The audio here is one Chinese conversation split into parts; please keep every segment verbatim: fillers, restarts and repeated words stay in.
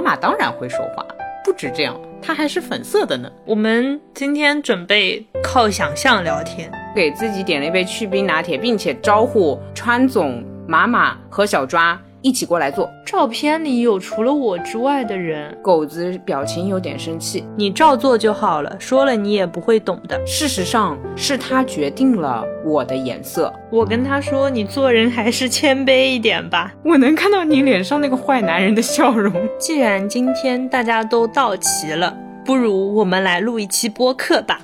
妈当然会说话，不止这样，她还是粉色的呢。 我们今天准备靠想象聊天， 给自己点了一杯去冰拿铁，并且招呼川总、妈妈和小抓一起过来坐。 照片里有除了我之外的人。 狗子表情有点生气， 你照做就好了，说了你也不会懂的。 事实上是他决定了我的颜色。 我跟他说，你做人还是谦卑一点吧。 我能看到你脸上那个坏男人的笑容。 既然今天大家都到齐了，不如我们来录一期播客吧。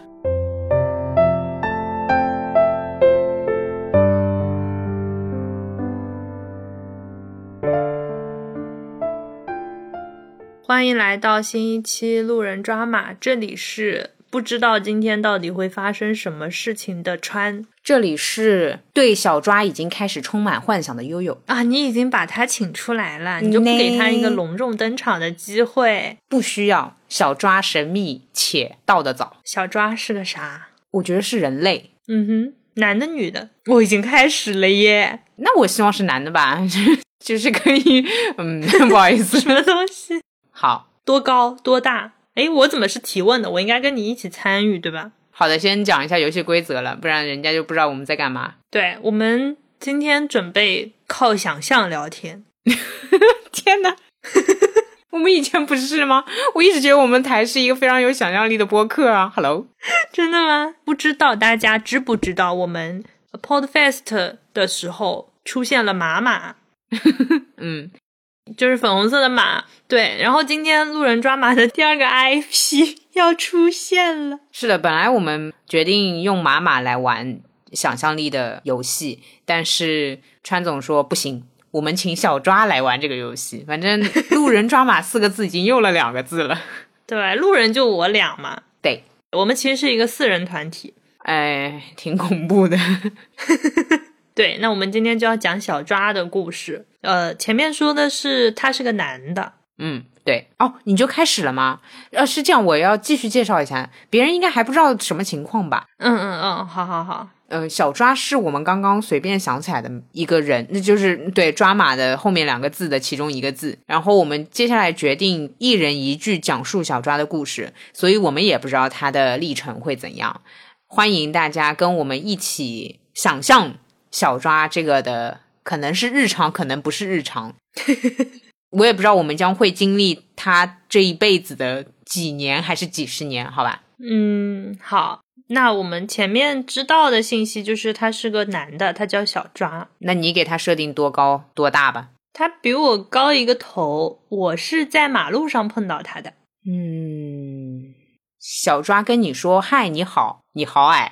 欢迎来到新一期路人抓马，这里是不知道今天到底会发生什么事情的川， 这里是对小抓已经开始充满幻想的悠悠啊！你已经把他请出来了，你就不给他一个隆重登场的机会？ 不需要，小抓神秘且到得早。 小抓是个啥？ 我觉得是人类。 嗯哼，男的女的？我已经开始了耶。 那我希望是男的吧，就是可以，嗯，不好意思， 什么东西？ 好， 多高多大？诶，我怎么是提问的？我应该跟你一起参与对吧？ 好的，先讲一下游戏规则了，不然人家就不知道我们在干嘛。 对，我们今天准备靠想象聊天。 天哪我们以前不是吗？我一直觉得我们台是一个非常有想象力的播客啊。 Hello， 真的吗？不知道大家知不知道我们 Podfest 的时候出现了马马嗯， 就是粉红色的马。对，然后今天路人抓马的第二个 I P 要出现了。 是的，本来我们决定用马马来玩想象力的游戏，但是川总说不行，我们请小抓来玩这个游戏。反正路人抓马四个字已经用了两个字了。 对，路人就我俩嘛。 对， 我们其实是一个四人团体。 哎，挺恐怖的。 对，那我们今天就要讲小抓的故事。呃，前面说的是他是个男的。 嗯，对。哦，你就开始了吗？呃，是这样，我要继续介绍一下，别人应该还不知道什么情况吧？ 嗯嗯嗯，好好好。 呃，小抓是我们刚刚随便想起来的一个人，那就是对抓马的后面两个字的其中一个字。然后我们接下来决定一人一句讲述小抓的故事，所以我们也不知道他的历程会怎样。欢迎大家跟我们一起想象小抓这个的，可能是日常，可能不是日常。我也不知道我们将会经历他这一辈子的几年还是几十年，好吧？ 嗯，好。那我们前面知道的信息就是他是个男的，他叫小抓。 那你给他设定多高多大吧？ 他比我高一个头，我是在马路上碰到他的。 嗯，小抓跟你说嗨你好，你好矮。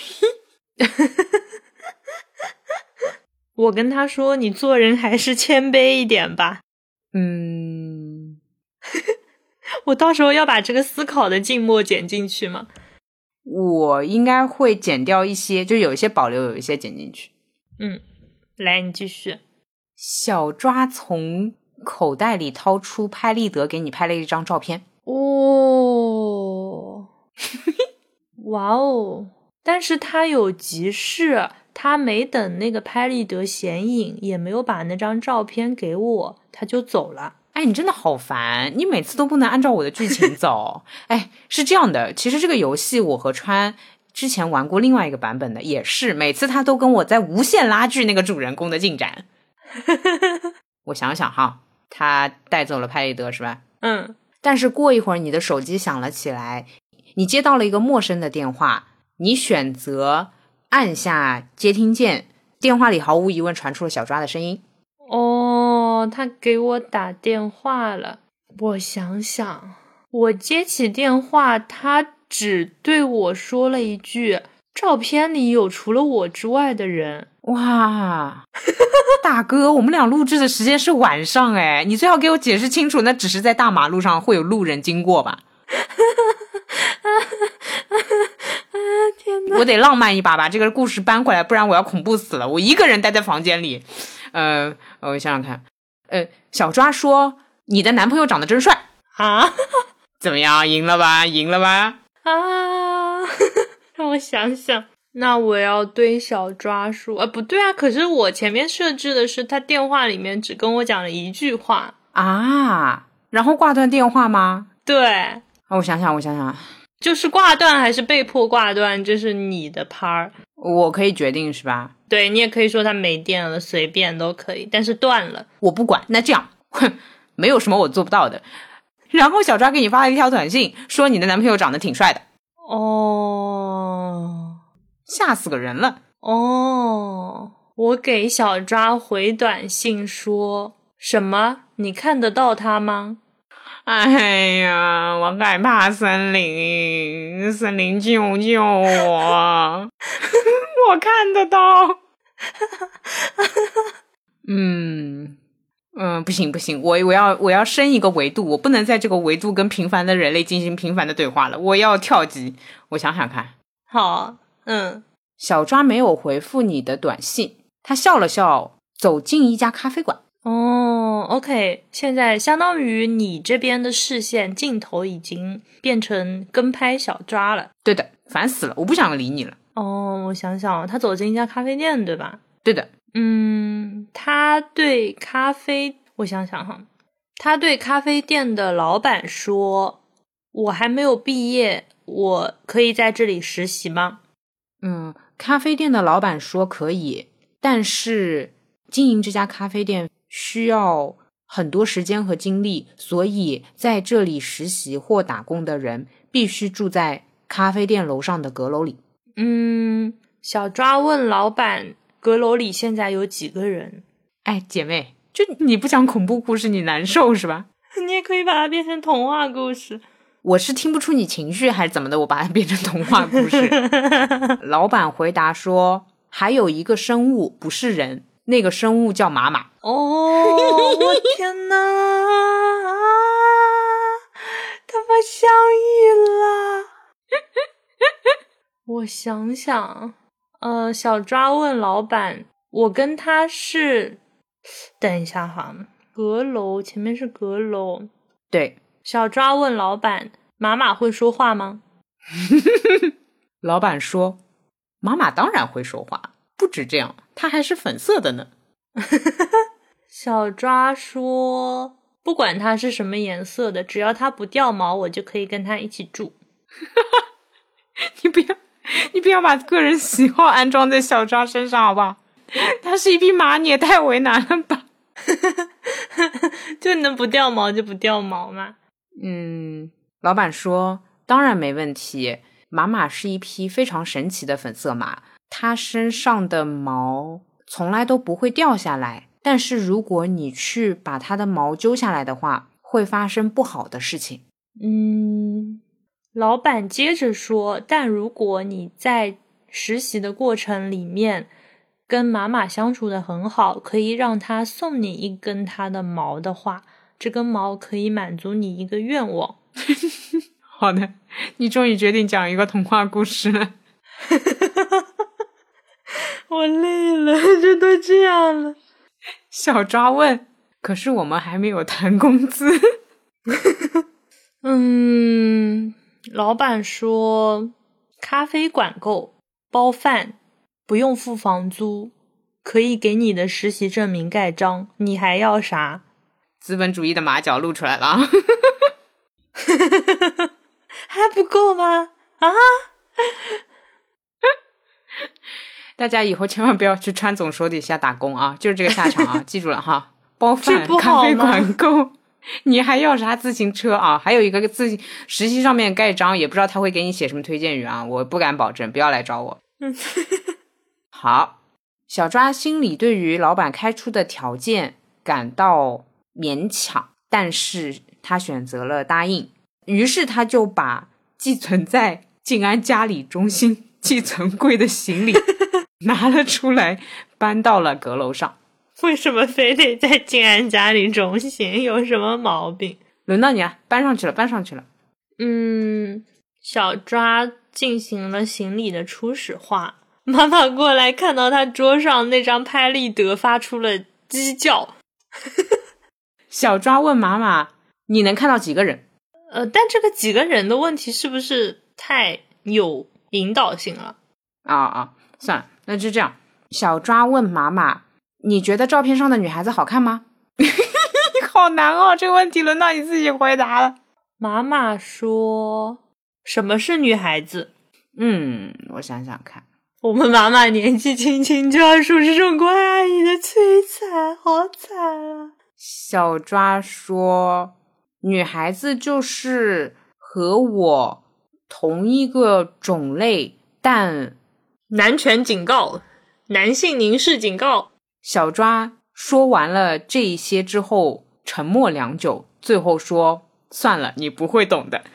我跟他说，你做人还是谦卑一点吧。 嗯， 我到时候要把这个思考的静默剪进去吗？ 我应该会剪掉一些，就有一些保留，有一些剪进去。 嗯，来，你继续。 小抓从口袋里掏出拍立得，给你拍了一张照片。 哦，哇哦！但是他有急事，他没等那个拍立得显影，也没有把那张照片给我，他就走了。 哎，你真的好烦，你每次都不能按照我的剧情走。哎，是这样的，其实这个游戏我和川之前玩过另外一个版本的，也是每次他都跟我在无限拉锯那个主人公的进展。我想想哈，他带走了拍立得是吧？ 嗯。 但是过一会儿你的手机响了起来，你接到了一个陌生的电话，你选择按下接听键，电话里毫无疑问传出了小抓的声音。 哦，他给我打电话了。我想想，我接起电话，他只对我说了一句，照片里有除了我之外的人。 哇，大哥，我们俩录制的时间是晚上哎，你最好给我解释清楚，那只是在大马路上会有路人经过吧？天哪，我得浪漫一把把这个故事搬回来，不然我要恐怖死了，我一个人待在房间里。呃，我想想看，呃，小抓说你的男朋友长得真帅啊， 怎么样，赢了吧，赢了吧？ 啊，让我想想，那我要对小抓说，呃，不对啊，可是我前面设置的是他电话里面只跟我讲了一句话啊。 然后挂断电话吗？ 对。 啊，我想想我想想就是挂断还是被迫挂断，这是你的 part， 我可以决定是吧？ 对，你也可以说它没电了，随便都可以，但是断了我不管。那这样哼，没有什么我做不到的。然后小抓给你发了一条短信，说你的男朋友长得挺帅的。 哦， 吓死个人了。 哦，我给小抓回短信说什么？你看得到他吗？ 哎呀，我害怕森林，森林救救我！我看得到。嗯嗯，不行不行，我我要我要升一个维度，我不能在这个维度跟平凡的人类进行平凡的对话了，我要跳级。我想想看。 好，嗯。 小抓没有回复你的短信，他笑了笑，走进一家咖啡馆。 哦 OK， 现在相当于你这边的视线镜头已经变成跟拍小抓了。 对的，烦死了，我不想理你了。 哦，我想想，他走进一家咖啡店对吧？ 对的。 嗯，他对咖啡，我想想哈，他对咖啡店的老板说，我还没有毕业，我可以在这里实习吗？ 嗯，咖啡店的老板说可以，但是经营这家咖啡店需要很多时间和精力，所以在这里实习或打工的人必须住在咖啡店楼上的阁楼里。 嗯，小抓问老板，阁楼里现在有几个人？ 哎，姐妹，就你不讲恐怖故事你难受是吧？ 你也可以把它变成童话故事。 我是听不出你情绪还是怎么的，我把它变成童话故事。老板回答说，还有一个生物不是人，那个生物叫马马。 哦，我天哪，他们相遇了。我想想，呃，小抓问老板，我跟他是，等一下哈，阁楼前面是阁楼， 对。 小抓问老板，马马会说话吗？ 老板说，马马当然会说话，不止这样，它还是粉色的呢。 小抓说，不管它是什么颜色的，只要它不掉毛，我就可以跟它一起住。 你不要你不要把个人喜好安装在小抓身上好不好？它是一匹马，你也太为难了吧。 就能不掉毛就不掉毛嘛。 嗯，老板说当然没问题，马马是一匹非常神奇的粉色马，它身上的毛从来都不会掉下来，但是如果你去把它的毛揪下来的话，会发生不好的事情。 嗯，老板接着说，但如果你在实习的过程里面跟马马相处得很好，可以让他送你一根他的毛的话，这根毛可以满足你一个愿望。 好的，你终于决定讲一个童话故事了。 我累了，这都这样了。 小抓问，可是我们还没有谈工资。 嗯，老板说咖啡管够，包饭，不用付房租，可以给你的实习证明盖章，你还要啥？ 资本主义的马脚露出来了。 还不够吗？啊！ 大家以后千万不要去川总手底下打工啊，就是这个下场啊，记住了哈。包饭，咖啡管够，你还要啥自行车啊？还有一个自行实习上面盖章，也不知道他会给你写什么推荐语啊，我不敢保证，不要来找我。好，小抓心里对于老板开出的条件感到勉强，但是他选择了答应，于是他就把寄存在静安嘉里中心寄存柜的行李拿了出来，搬到了阁楼上。 为什么非得在静安嘉里中心？有什么毛病？ 轮到你了，搬上去了，搬上去了。 嗯，小抓进行了行李的初始化。妈妈过来看到他桌上那张拍立得，发出了鸡叫。 小抓问妈妈，你能看到几个人？ 呃，但这个几个人的问题是不是太有引导性了？ 啊啊，算了，那就这样。小抓问妈妈，你觉得照片上的女孩子好看吗？ 好难哦，这个问题轮到你自己回答了。 妈妈说什么是女孩子？ 嗯，我想想看。 我们妈妈年纪轻轻就要受这种关阿姨的摧残，好惨啊。 小抓说女孩子就是和我同一个种类，但男权警告，男性凝视警告。 小抓说完了这一些之后沉默良久，最后说算了，你不会懂的。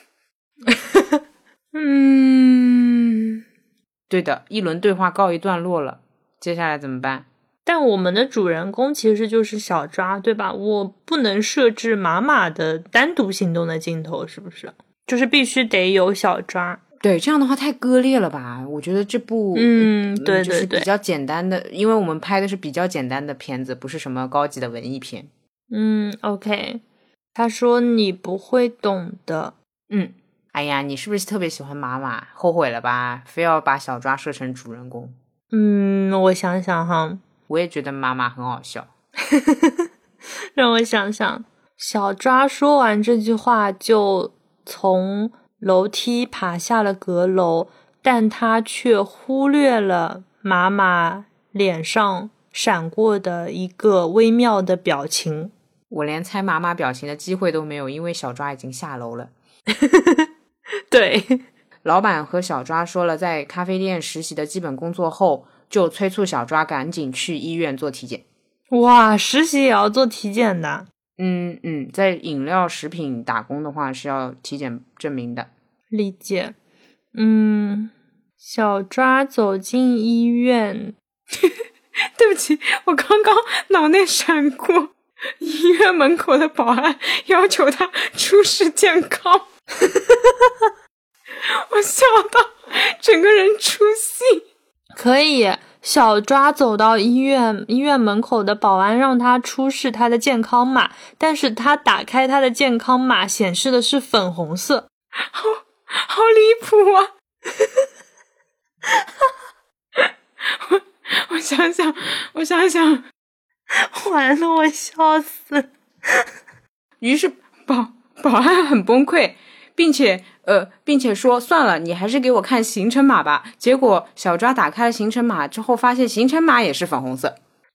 嗯， 对的，一轮对话告一段落了，接下来怎么办？ 但我们的主人公其实就是小抓，对吧？我不能设置马马的单独行动的镜头，是不是？就是必须得有小抓。 对，这样的话太割裂了吧？我觉得这部嗯，对对对， 就是比较简单的，因为我们拍的是比较简单的片子，不是什么高级的文艺片。 嗯 OK， 他说你不会懂的。 嗯，哎呀，你是不是特别喜欢马马？后悔了吧？非要把小抓设成主人公。 嗯，我想想哈， 我也觉得妈妈很好笑。 让我想想，小抓说完这句话就从楼梯爬下了阁楼，但他却忽略了妈妈脸上闪过的一个微妙的表情。 我连猜妈妈表情的机会都没有，因为小抓已经下楼了。 对， 老板和小抓说了在咖啡店实习的基本工作后，就催促小抓赶紧去医院做体检。 哇，实习也要做体检的？ 嗯嗯，在饮料食品打工的话是要体检证明的。 理解。嗯，小抓走进医院。 对不起，我刚刚脑内闪过医院门口的保安要求他出示健康。我笑到整个人出戏。 可以，小抓走到医院，医院门口的保安让他出示他的健康码，但是他打开他的健康码显示的是粉红色。 好好离谱啊。我我想想我想想完了，我笑死。 于是保保安很崩溃，并且呃，并且说算了，你还是给我看行程码吧。结果小抓打开了行程码之后，发现行程码也是粉红色。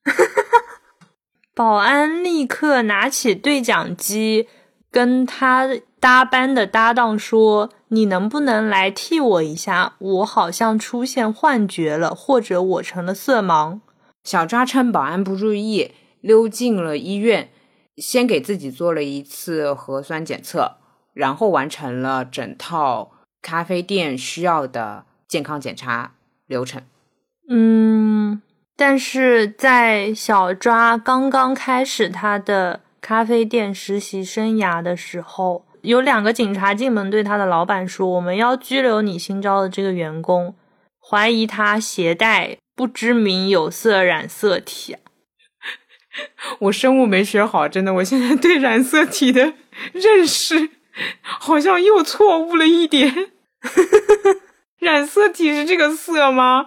保安立刻拿起对讲机，跟他搭班的搭档说：“你能不能来替我一下？我好像出现幻觉了，或者我成了色盲。” 小抓趁保安不注意，溜进了医院，先给自己做了一次核酸检测，然后完成了整套咖啡店需要的健康检查流程。 嗯，但是在小抓刚刚开始他的咖啡店实习生涯的时候，有两个警察进门对他的老板说：“我们要拘留你新招的这个员工，怀疑他携带不知名有色染色体。” 我生物没学好，真的，我现在对染色体的认识好像又错误了一点。染色体是这个色吗？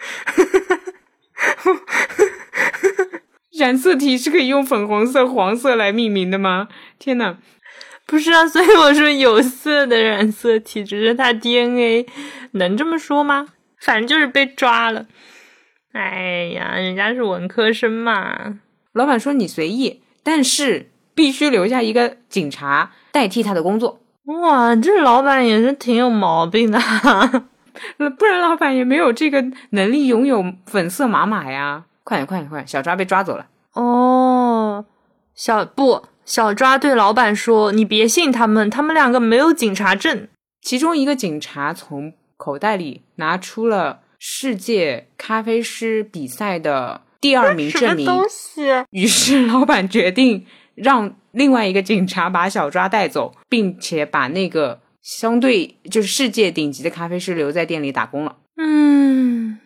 染色体是可以用粉红色、黄色来命名的吗？天哪！ 不是啊，所以我说有色的染色体，只是它 D N A 能这么说吗？反正就是被抓了。哎呀，人家是文科生嘛。 老板说你随意，但是必须留下一个警察代替他的工作。 哇，这老板也是挺有毛病的。 不然老板也没有这个能力拥有粉色码码呀。快点快点快点，小抓被抓走了。 哦，小不小抓对老板说：“你别信他们，他们两个没有警察证。” 其中一个警察从口袋里拿出了世界咖啡师比赛的第二名证明。 什么东西？ 于是老板决定让另外一个警察把小抓带走，并且把那个相对就是世界顶级的咖啡师留在店里打工了。 嗯。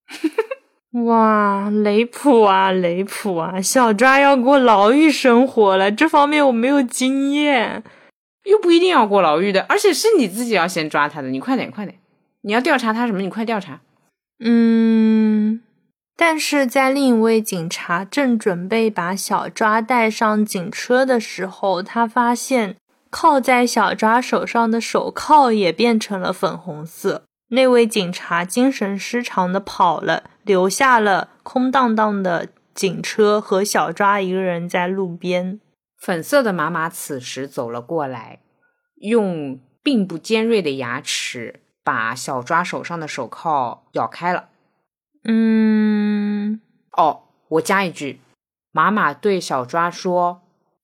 哇，离谱啊，离谱啊！小抓要过牢狱生活了，这方面我没有经验。 又不一定要过牢狱的，而且是你自己要先抓他的，你快点快点，你要调查他什么，你快调查。 嗯， 但是在另一位警察正准备把小抓带上警车的时候，他发现铐在小抓手上的手铐也变成了粉红色。那位警察精神失常地跑了，留下了空荡荡的警车和小抓一个人在路边。 粉色的妈妈此时走了过来，用并不尖锐的牙齿把小抓手上的手铐咬开了。 嗯， 哦，我加一句，妈妈对小抓说，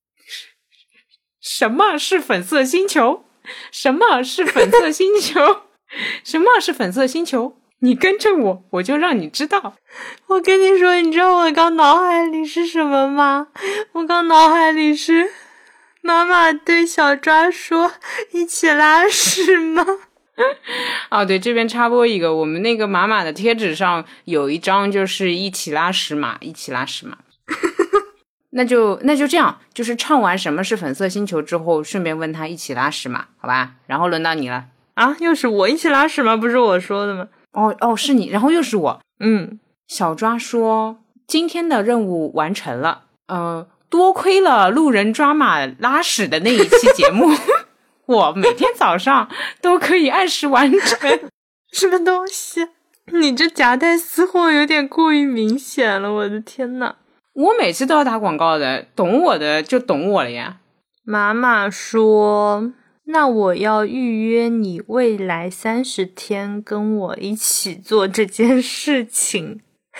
什么是粉色星球？什么是粉色星球？什么是粉色星球？你跟着我，我就让你知道。 我跟你说，你知道我刚脑海里是什么吗？我刚脑海里是妈妈对小抓说，一起拉屎吗？ 哦，对，这边插播一个，我们那个码码的贴纸上有一张就是一起拉屎码，一起拉屎码。那就那就这样，就是唱完什么是粉色星球之后，顺便问他一起拉屎码，好吧？然后轮到你了。 啊，又是我一起拉屎吗？不是我说的吗？ 哦哦，是你，然后又是我。 嗯， 小抓说今天的任务完成了，呃，多亏了路人抓马拉屎的那一期节目。我每天早上都可以按时完成。 什么东西？你这夹带私货有点过于明显了，我的天哪！ 我每次都要打广告的，懂我的就懂我了呀。 妈妈说，那我要预约你未来三十天跟我一起做这件事情。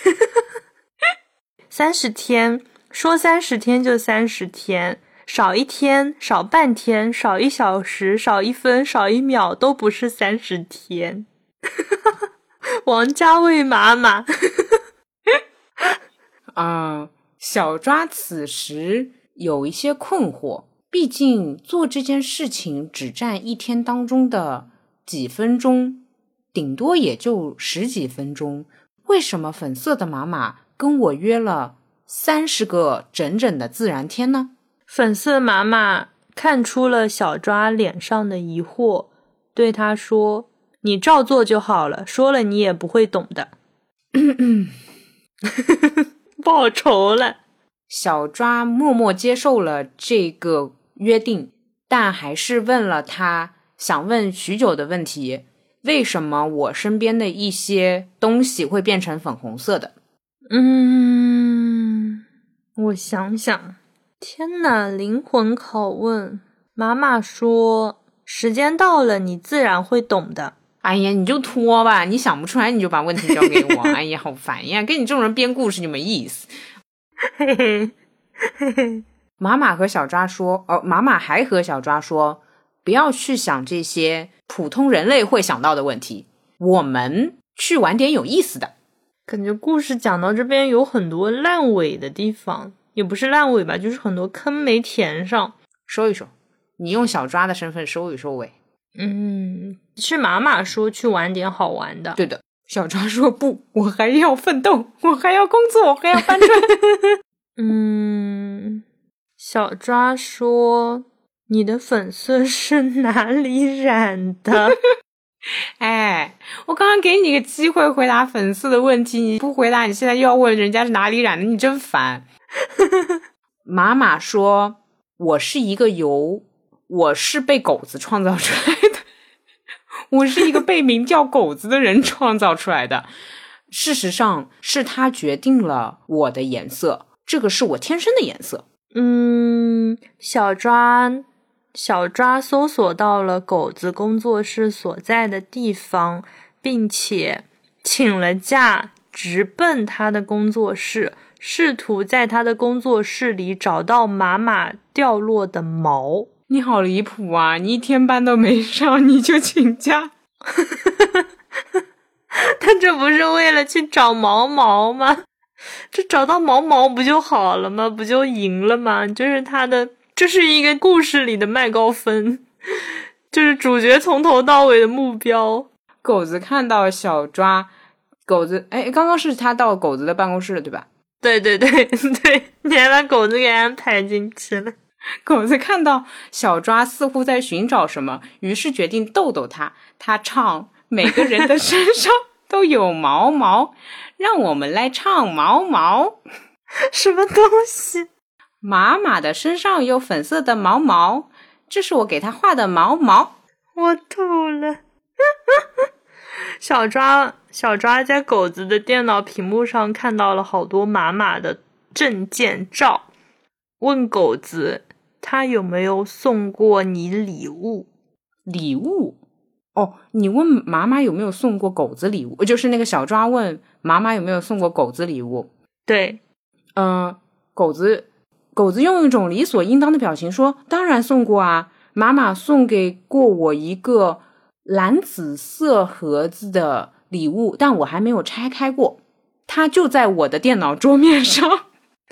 三十天，说三十天就三十天。少一天，少半天，少一小时，少一分，少一秒，都不是三十天。王家卫妈妈。 啊、呃，小抓此时有一些困惑，毕竟做这件事情只占一天当中的几分钟，顶多也就十几分钟。为什么粉色的妈妈跟我约了三十个整整的自然天呢？ 粉色妈妈看出了小抓脸上的疑惑，对他说，你照做就好了，说了你也不会懂的。报仇了。 小抓默默接受了这个约定，但还是问了他想问许久的问题，为什么我身边的一些东西会变成粉红色的？ 嗯，我想想。天哪，灵魂拷问。妈妈说，时间到了你自然会懂的。 哎呀，你就拖吧，你想不出来你就把问题交给我。哎呀，好烦呀，跟你这种人编故事就没意思。 嘿嘿嘿嘿。 妈妈和小抓说，哦，妈妈还和小抓说，不要去想这些普通人类会想到的问题，我们去玩点有意思的。 感觉故事讲到这边有很多烂尾的地方，也不是烂尾吧，就是很多坑没填上。 收一收，你用小抓的身份收一收尾。 嗯，是妈妈说去玩点好玩的。 对的，小抓说不，我还要奋斗，我还要工作，我还要搬砖。 嗯，小抓说，你的粉色是哪里染的？ 哎，我刚刚给你个机会回答粉色的问题，你不回答，你现在又要问人家是哪里染的，你真烦。妈妈说，我是一个由我是被狗子创造出来的，我是一个被名叫狗子的人创造出来的。事实上是他决定了我的颜色，这个是我天生的颜色。 嗯，小抓小抓搜索到了狗子工作室所在的地方，并且请了假直奔他的工作室，试图在他的工作室里找到妈妈掉落的毛。 你好离谱啊，你一天班都没上你就请假。 他这不是为了去找毛毛吗？这找到毛毛不就好了吗？不就赢了吗？就是他的，这是一个故事里的麦高芬，就是主角从头到尾的目标。 狗子看到小抓，狗子哎，刚刚是他到狗子的办公室了对吧？ 对对对对，你还把狗子给安排进去了。 狗子看到小抓似乎在寻找什么，于是决定逗逗他。他唱每个人的身上都有毛毛，让我们来唱毛毛。 什么东西？ 马马的身上有粉色的毛毛，这是我给它画的毛毛。 我吐了。小抓小抓在狗子的电脑屏幕上看到了好多马马的证件照，问狗子他有没有送过你礼物。 礼物？哦，你问妈妈有没有送过狗子礼物，就是那个小抓问妈妈有没有送过狗子礼物。 对， 嗯、呃，狗子狗子用一种理所应当的表情说，当然送过啊，妈妈送给过我一个蓝紫色盒子的礼物，但我还没有拆开过，它就在我的电脑桌面上。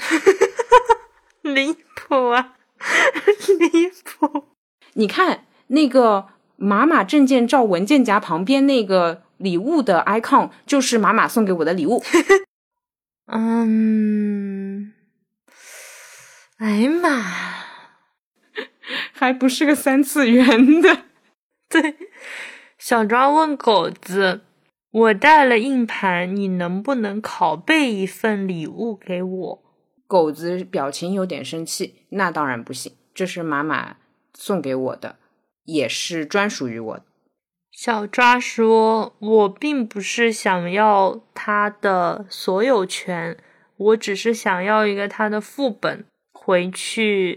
离谱啊，离谱。 你看那个妈妈证件照文件夹旁边那个礼物的 icon 就是妈妈送给我的礼物。 嗯，哎呀妈， 还不是个三次元的。 对，小抓问狗子，我带了硬盘，你能不能拷贝一份礼物给我？ 狗子表情有点生气，那当然不行，这是妈妈送给我的，也是专属于我的。 小抓说，我并不是想要他的所有权，我只是想要一个他的副本回去。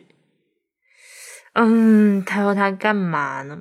嗯，他要他干嘛呢？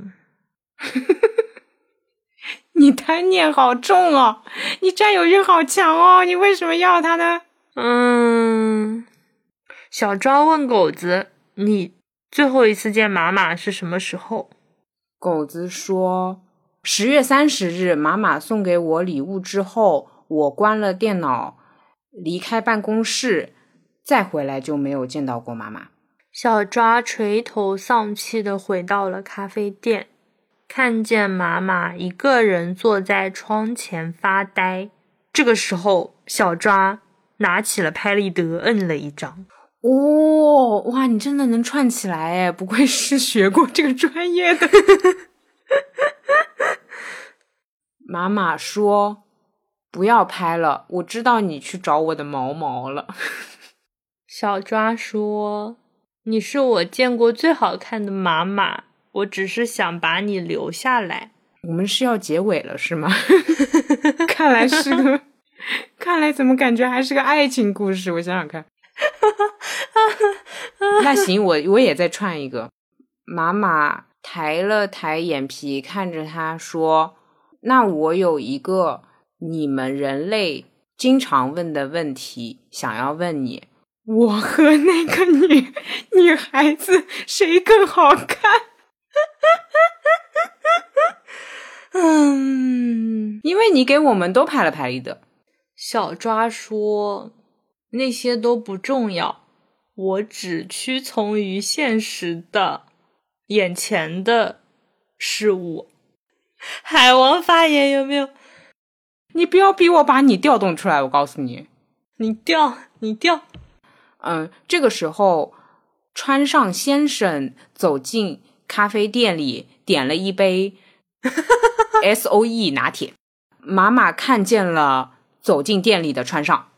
你贪念好重哦，你占有欲好强哦，你为什么要他呢？ 嗯，小抓问狗子，你最后一次见妈妈是什么时候？ 狗子说，十月三十日妈妈送给我礼物之后，我关了电脑，离开办公室，再回来就没有见到过妈妈。 小抓垂头丧气地回到了咖啡店，看见妈妈一个人坐在窗前发呆。这个时候，小抓拿起了拍立得，摁了一张。 哦，哇，你真的能串起来耶，不愧是学过这个专业的。妈妈说，不要拍了，我知道你去找我的毛毛了。 小抓说，你是我见过最好看的妈妈，我只是想把你留下来。 我们是要结尾了是吗？看来是个看来怎么感觉还是个爱情故事，我想想看。那行，我我也再串一个。妈妈抬了抬眼皮看着他说，那我有一个你们人类经常问的问题想要问你，我和那个女女孩子谁更好看？ 嗯， 因为你给我们都拍了拍立得。 小抓说，那些都不重要，我只屈从于现实的眼前的事物。海王发言有没有？ 你不要逼我把你调动出来，我告诉你。 你调，你调。 嗯，这个时候川上先生走进咖啡店里，点了一杯S O E 拿铁。妈妈看见了走进店里的川上。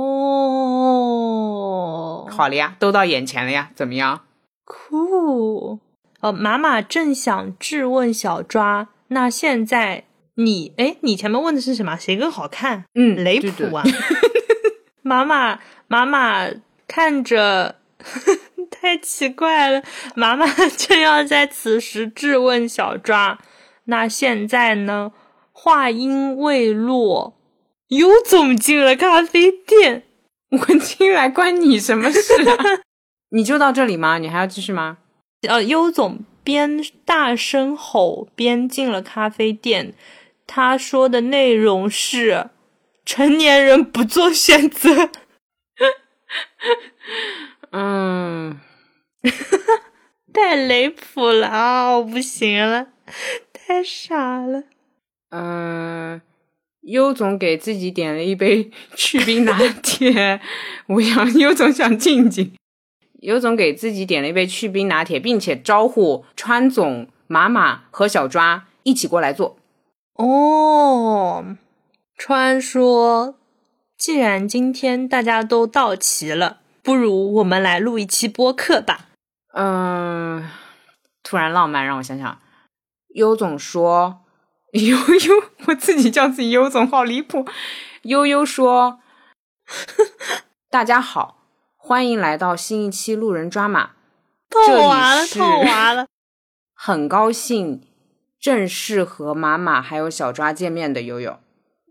哦， 好了呀，都到眼前了呀，怎么样？ 酷。哦，妈妈正想质问小抓，那现在你，诶，你前面问的是什么？谁更好看？ 嗯， 雷谱啊。对对妈妈妈妈看着太奇怪了，妈妈正要在此时质问小抓，那现在呢？话音未落，尤总进了咖啡店。 我进来关你什么事啊？你就到这里吗？你还要继续吗？ 呃，尤总边大声吼边进了咖啡店，他说的内容是成年人不做选择。 嗯， 太离谱了啊！我不行了，太傻了。 嗯，优总给自己点了一杯去冰拿铁，我想优总想静静。优总给自己点了一杯去冰拿铁，并且招呼川总、妈妈和小抓一起过来坐。 哦， 川说，既然今天大家都到齐了，不如我们来录一期播客吧。 嗯、呃，突然浪漫，让我想想。优总说，悠悠，我自己叫自己优总，好离谱。悠悠说，大家好，欢迎来到新一期路人抓马。 套娃了，套娃了。 很高兴正式和妈妈还有小抓见面的悠悠。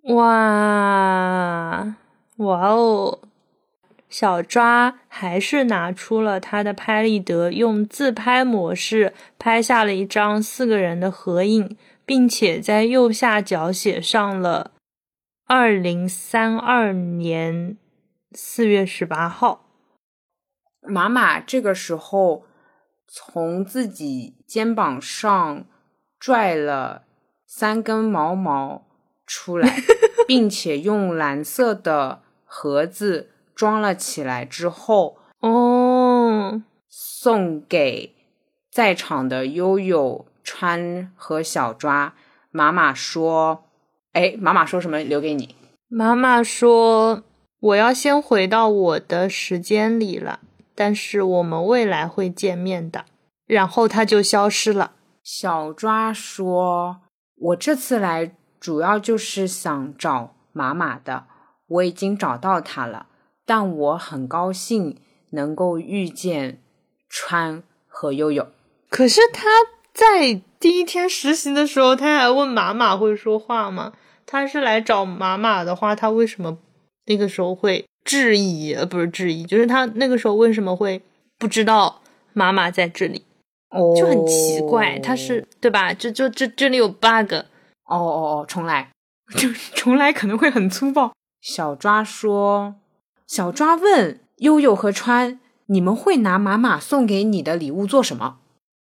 哇哇哦！小抓还是拿出了他的拍立得，用自拍模式拍下了一张四个人的合影，并且在右下角写上了二零三二年四月十八号。 妈妈这个时候从自己肩膀上拽了三根毛毛出来，并且用蓝色的盒子装了起来之后， 哦， 送给在场的悠悠、川和小抓。妈妈说，哎，妈妈说什么？留给你。 妈妈说，我要先回到我的时间里了，但是我们未来会见面的。然后他就消失了。 小抓说，我这次来主要就是想找妈妈的，我已经找到她了，但我很高兴能够遇见川和悠悠。 可是他在第一天实习的时候，他还问妈妈会说话吗？他是来找妈妈的话，他为什么那个时候会质疑？呃，不是质疑，就是他那个时候为什么会不知道妈妈在这里？ 哦， 就很奇怪，他是对吧？这就这这里有 bug。 哦哦哦，重来，就重来可能会很粗暴。小抓说，小抓问悠悠和川，你们会拿妈妈送给你的礼物做什么？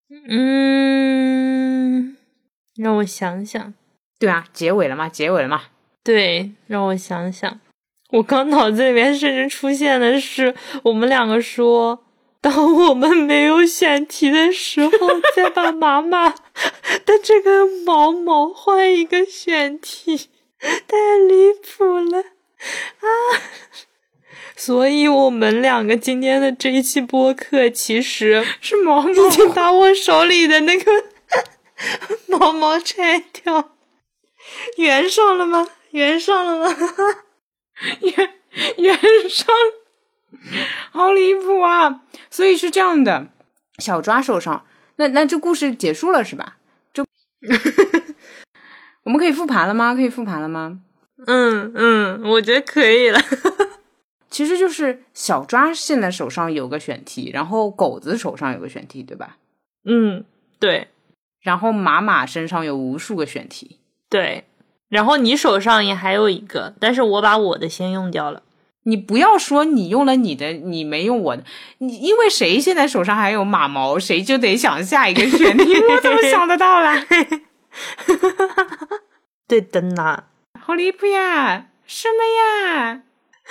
嗯，让我想想。 对啊，结尾了嘛，结尾了嘛。 对，让我想想。我刚脑子里面甚至出现的是，我们两个说，当我们没有选题的时候，再把妈妈的这个毛毛换一个选题，太离谱了啊！所以我们两个今天的这一期播客其实是毛毛已经把我手里的那个毛毛拆掉，圆上了吗？圆上了吗？ 圆圆上，好离谱啊！所以是这样的，小抓手上，那那这故事结束了是吧？就我们可以复盘了吗？可以复盘了吗？ 嗯嗯，我觉得可以了。 其实就是小抓现在手上有个选题，然后狗子手上有个选题，对吧？ 嗯，对。 然后马马身上有无数个选题， 对。然后你手上也还有一个，但是我把我的先用掉了。 你不要说你用了你的，你没用我的，你因为谁现在手上还有马毛，谁就得想下一个选题。我怎么想得到啦？ 对的呢， 好离谱呀！什么呀？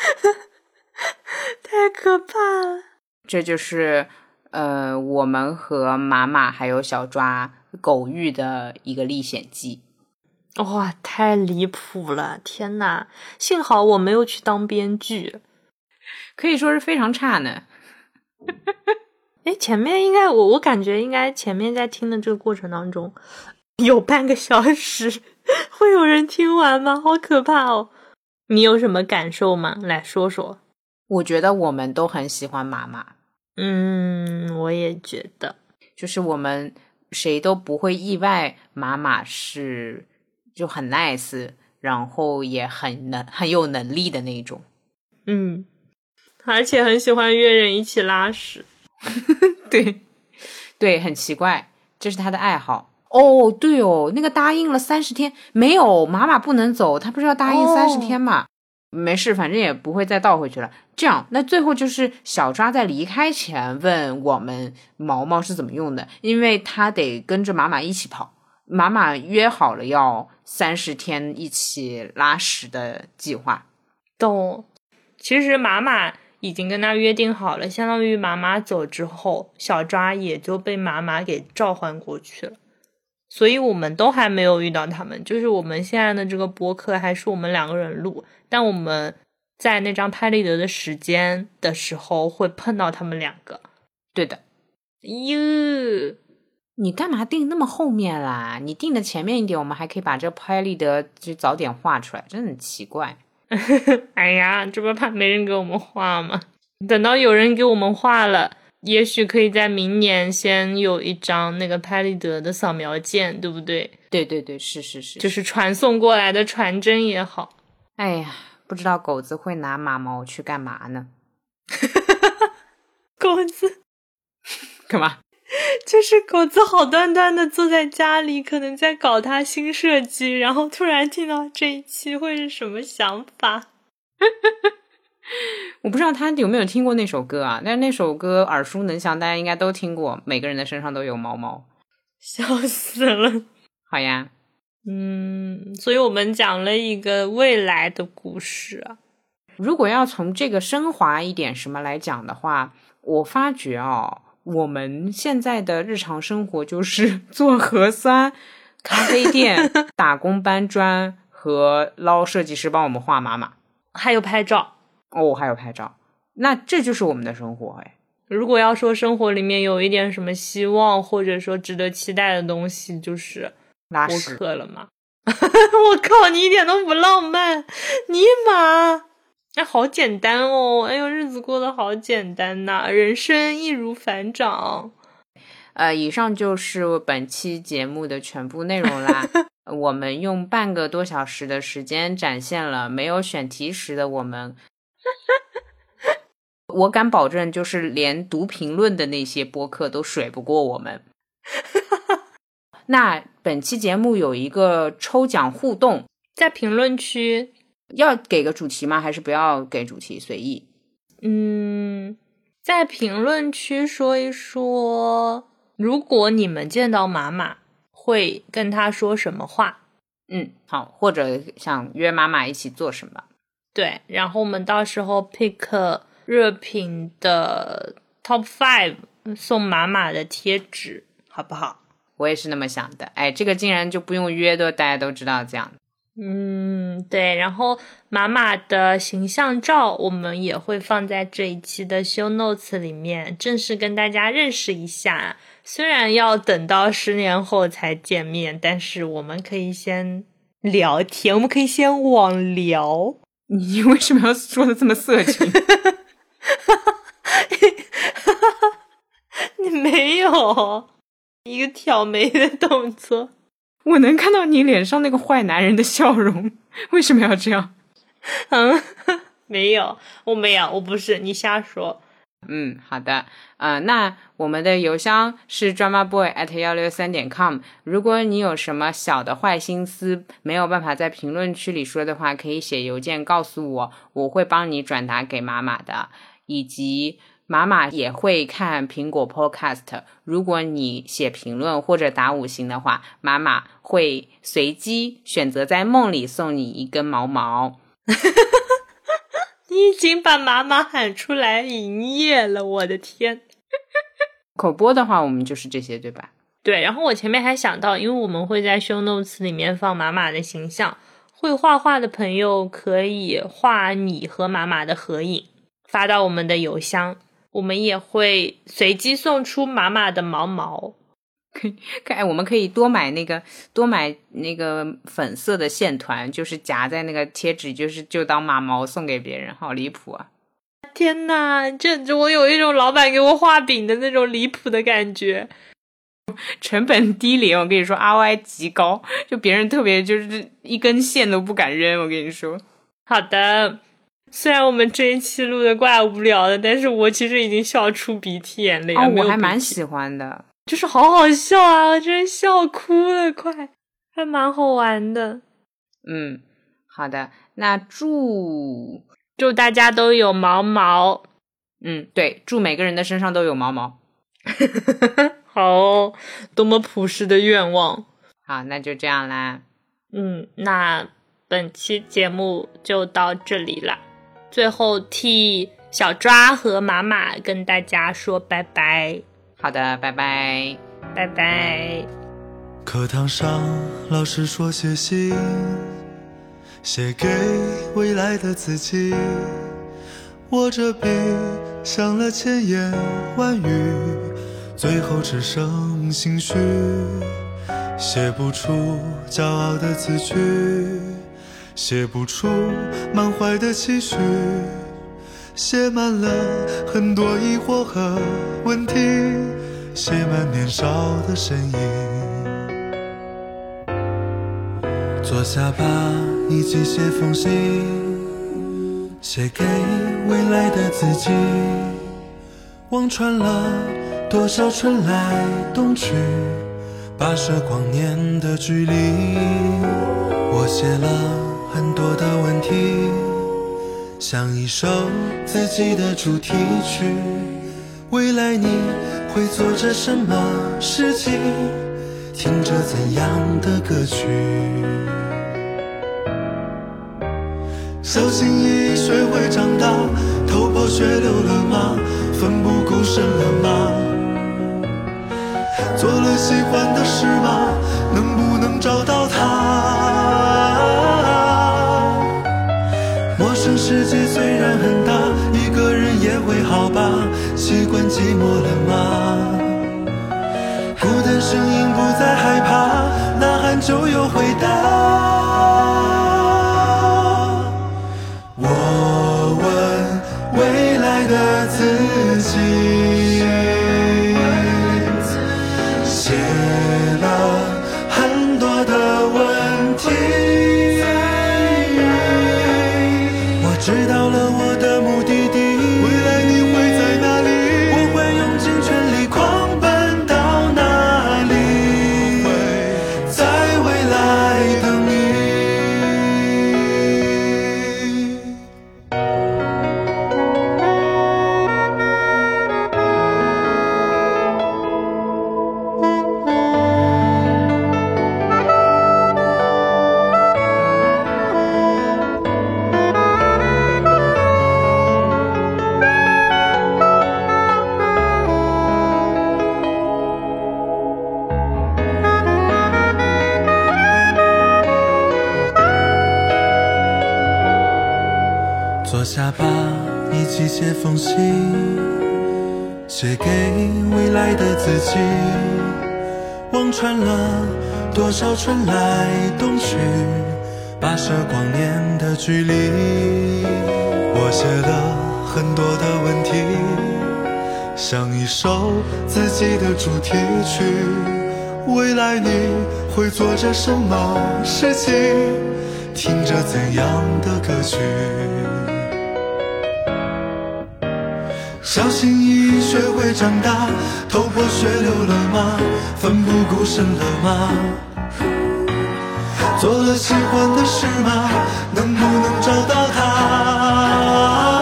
太可怕了！ 这就是呃，我们和马马还有小抓狗遇的一个历险记。 哇，太离谱了！天哪，幸好我没有去当编剧， 可以说是非常差呢。 哎，前面应该我我感觉应该前面在听的这个过程当中，有半个小时会有人听完吗？好可怕哦！你有什么感受吗？来说说。 我觉得我们都很喜欢马马。 嗯，我也觉得， 就是我们谁都不会意外马马是就很 nice， 然后也很能很有能力的那种。 嗯，而且很喜欢约人一起拉屎。 对对，很奇怪，这是他的爱好。哦，对哦，那个答应了三十天没有，马马不能走，他不是要答应三十天嘛？哦，没事，反正也不会再倒回去了。这样，那最后就是小抓在离开前问我们毛毛是怎么用的，因为他得跟着马马一起跑，马马约好了要三十天一起拉屎的计划。 懂。其实马马已经跟他约定好了，相当于妈妈走之后，小抓也就被妈妈给召唤过去了。 所以我们都还没有遇到他们，就是我们现在的这个播客还是我们两个人录，但我们在那张拍立得的时间的时候会碰到他们两个。 对的。 哟， 你干嘛定那么后面啦？你定的前面一点，我们还可以把这拍立得就早点画出来，真的很奇怪。 哎呀，这不怕没人给我们画吗？等到有人给我们画了，也许可以在明年先有一张那个拍立得的扫描件，对不对？ 对对对，是是是， 就是传送过来的传真也好。 哎呀，不知道狗子会拿马毛去干嘛呢？ 狗子干嘛？ 就是狗子好端端的坐在家里，可能在搞他新设计，然后突然听到这一期会是什么想法？ 我不知道他有没有听过那首歌啊，但是那首歌耳熟能详，大家应该都听过，每个人的身上都有毛毛。 笑死了。 好呀。 嗯，所以我们讲了一个未来的故事啊。 如果要从这个升华一点什么来讲的话，我发觉哦，我们现在的日常生活就是做核酸、咖啡店、打工搬砖和捞设计师帮我们画码码， 还有拍照。 哦，还有拍照，那这就是我们的生活哎。 如果要说生活里面有一点什么希望或者说值得期待的东西，就是播拉屎客了嘛。我靠，你一点都不浪漫，尼玛！哎，好简单哦，哎呦，日子过得好简单呐、啊，人生易如反掌。 呃，以上就是本期节目的全部内容啦。我们用半个多小时的时间展现了没有选题时的我们。我敢保证，就是连读评论的那些播客都水不过我们。那本期节目有一个抽奖互动， 在评论区要给个主题吗？还是不要给主题？随意。 嗯，在评论区说一说，如果你们见到妈妈，会跟她说什么话？ 嗯，好，或者想约妈妈一起做什么？ 对，然后我们到时候 pick 热评的 top five 送妈妈的贴纸，好不好？ 我也是那么想的。哎，这个竟然就不用约的，大家都知道这样。 嗯，对，然后妈妈的形象照我们也会放在这一期的 show notes 里面，正式跟大家认识一下。虽然要等到十年后才见面，但是我们可以先聊天，我们可以先网聊。 你为什么要说的这么色情？ 你没有一个挑眉的动作， 我能看到你脸上那个坏男人的笑容，为什么要这样？ 嗯，没有，我没有，我不是，你瞎说。 嗯，好的，呃，那我们的邮箱是 dramaboy at 一六三点 com。如果你有什么小的坏心思没有办法在评论区里说的话，可以写邮件告诉我，我会帮你转达给妈妈的。以及妈妈也会看苹果 Podcast， 如果你写评论或者打五星的话，妈妈会随机选择在梦里送你一根毛毛。 你已经把妈妈喊出来营业了，我的天。 口播的话我们就是这些对吧？ 对，然后我前面还想到，因为我们会在 show notes 里面放妈妈的形象，会画画的朋友可以画你和妈妈的合影发到我们的邮箱，我们也会随机送出妈妈的毛毛。 可以，哎，我们可以多买那个多买那个粉色的线团，就是夹在那个贴纸，就是就当马毛送给别人，好离谱啊！ 天哪，这这我有一种老板给我画饼的那种离谱的感觉。 成本低廉，我跟你说 R O I 极高，就别人特别就是一根线都不敢扔，我跟你说。 好的，虽然我们这一期录的怪无聊的，但是我其实已经笑出鼻涕眼泪了。 哦，我还蛮喜欢的。 就是好好笑啊，我真笑哭了快，还蛮好玩的。 嗯，好的，那祝祝大家都有毛毛。 嗯，对，祝每个人的身上都有毛毛。 好哦，多么朴实的愿望。 好，那就这样啦。 嗯，那本期节目就到这里啦。最后替小抓和马马跟大家说拜拜。 好的，拜拜， 拜拜。 课堂上老师说写信，写给未来的自己，握着笔想了千言万语，最后只剩心虚，写不出骄傲的字句，写不出满怀的期许，写满了很多疑惑和问题，写满年少的身影。坐下吧，一起写封信，写给未来的自己，望穿了多少春来冬去，跋涉光年的距离。我写了很多的问题，像一首自己的主题曲，未来你会做着什么事情，听着怎样的歌曲。小心翼翼学会长大，头破血流了吗？奋不顾身了吗？做了喜欢的事吗？能不能找到他？陌生世界虽然很大，一个人也会好吧？习惯寂寞了吗？孤单声音不再害怕，呐喊就有回答。我问未来的自己，写了很多的问题，我知道了我的目的地，未来你会在哪里？我会用尽全力狂奔到哪里？我会在未来等你。坐下吧，一起写封信，写给未来的自己，望穿了多少春来冬去，跋涉光年的距离。我写了很多的问题，像一首自己的主题曲，未来你会做着什么事情，听着怎样的歌曲。小心翼翼学会长大，头破血流了吗？奋不顾身了吗？做了喜欢的事吗？能不能找到他？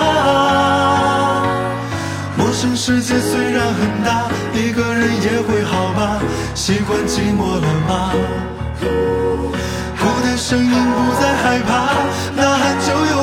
陌生世界虽然很大，一个人也会好吧？习惯寂寞了吗？孤单声音不再害怕，呐喊就有